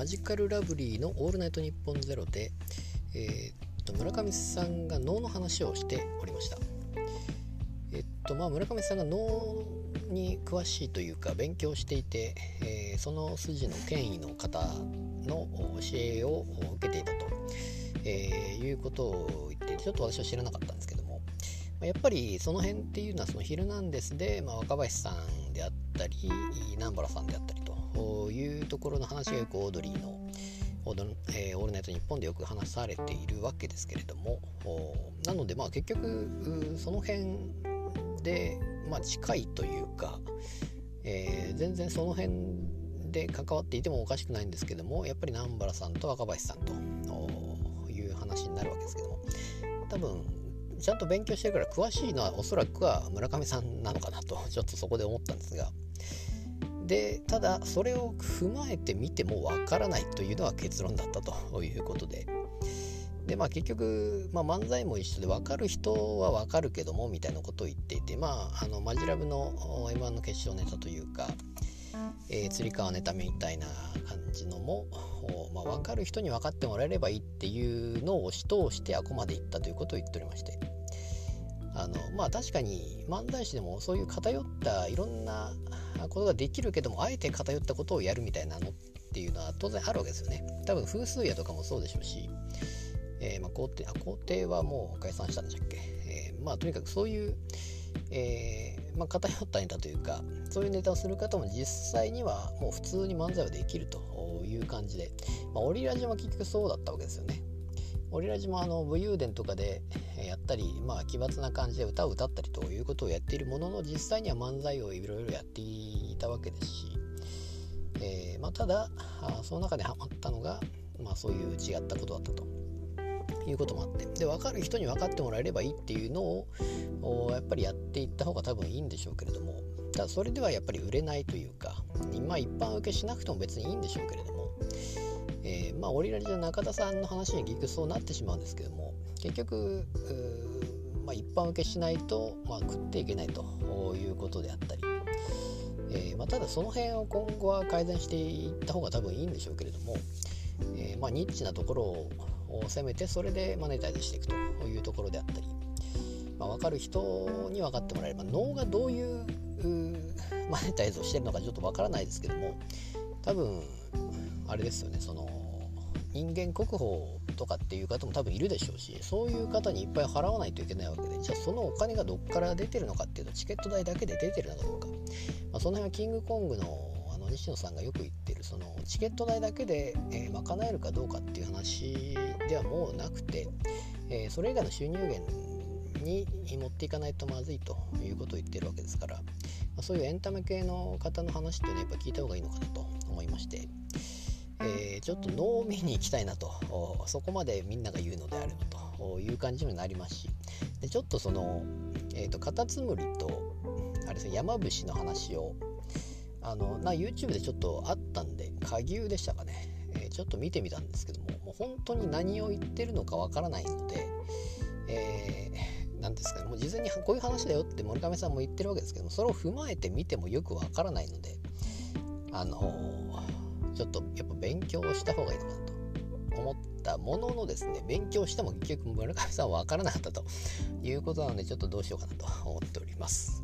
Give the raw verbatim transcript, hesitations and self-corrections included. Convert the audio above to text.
ジカルラブリーのオールナイトニッポンゼロで、えー、っと村上さんが脳の話をしておりました。えっとまあ村上さんが脳に詳しいというか勉強していて、えー、その筋の権威の方の教えを受けていたと、えー、いうことを言ってちょっと私は知らなかったんですけども、やっぱりその辺っていうのはそのヒルナンデスで、まあ、若林さんであったり南原さんであったりというところの話がよくオードリーのオード、えー、オールナイトニッポンでよく話されているわけですけれども、なのでまあ結局その辺で、まあ、近いというか、えー、全然その辺で関わっていてもおかしくないんですけども、やっぱり南原さんと若林さんという話になるわけですけども、多分ちゃんと勉強してるから詳しいのはおそらくは村上さんなのかなとちょっとそこで思ったんですが、でただそれを踏まえてみてもわからないというのは結論だったということで、でまあ結局、まあ、漫才も一緒で分かる人は分かるけどもみたいなことを言っていて、まああのマジラブの エムワン の決勝ネタというか、えー、つり革ネタみたいな感じのも、まあ、分かる人に分かってもらえればいいっていうのを押し通してあこまでいったということを言っておりまして、あのまあ確かに漫才師でもそういう偏ったいろんなことができるけども、あえて偏ったことをやるみたいなのっていうのは当然あるわけですよね。多分風数屋とかもそうでしょうし、えー、まあ皇帝あ皇帝はもう解散したんでしたっけ、えー、まあとにかくそういう、えーまあ、偏ったネタというかそういうネタをする方も実際にはもう普通に漫才はできるという感じで、まあ、オリラジも結局そうだったわけですよね。オリラジもあの武勇伝とかでやったり、まあ、奇抜な感じで歌を歌ったりということをやっているものの、実際には漫才をいろいろやっていたわけですし、えーまあ、ただその中でハマったのが、まあ、そういう違ったことだったということもあって、で分かる人に分かってもらえればいいっていうのをやっぱりやっていった方が多分いいんでしょうけれども、ただそれではやっぱり売れないというか、まあ、一般受けしなくても別にいいんでしょうけれども、えー、まあオリラジの中田さんの話に結局そうなってしまうんですけども、結局まあ、一般受けしないと、まあ、食っていけないということであったり、えーまあ、ただその辺を今後は改善していった方が多分いいんでしょうけれども、えーまあ、ニッチなところを攻めてそれでマネタイズしていくというところであったり、まあ、分かる人に分かってもらえれば、脳がどういうマネタイズをしてるのかちょっと分からないですけども、多分あれですよね、その人間国宝とかっていう方も多分いるでしょうし、そういう方にいっぱい払わないといけないわけで、じゃあそのお金がどっから出てるのかっていうと、チケット代だけで出てるのかどうか、まあ、その辺はキングコングのあの西野さんがよく言ってる、そのチケット代だけで、えー、賄えるかどうかっていう話ではもうなくて、えー、それ以外の収入源に持っていかないとまずいということを言ってるわけですから、まあ、そういうエンタメ系の方の話っていうのはやっぱ聞いた方がいいのかなと思いまして、えー、ちょっと能を見に行きたいなと、そこまでみんなが言うのであればという感じになりますし、でちょっとその、えーと、カタツムリとあれですね、山伏の話をあのな YouTube でちょっとあったんで、下牛でしたかね、えー、ちょっと見てみたんですけども、もう本当に何を言ってるのかわからないので、えー、なんですかね、もう事前にこういう話だよって森上さんも言ってるわけですけども、それを踏まえてみてもよくわからないので、あのーちょっとやっぱ勉強した方がいいのかなと思ったもののですね、勉強しても結局村上さんは分からなかったということなので、ちょっとどうしようかなと思っております。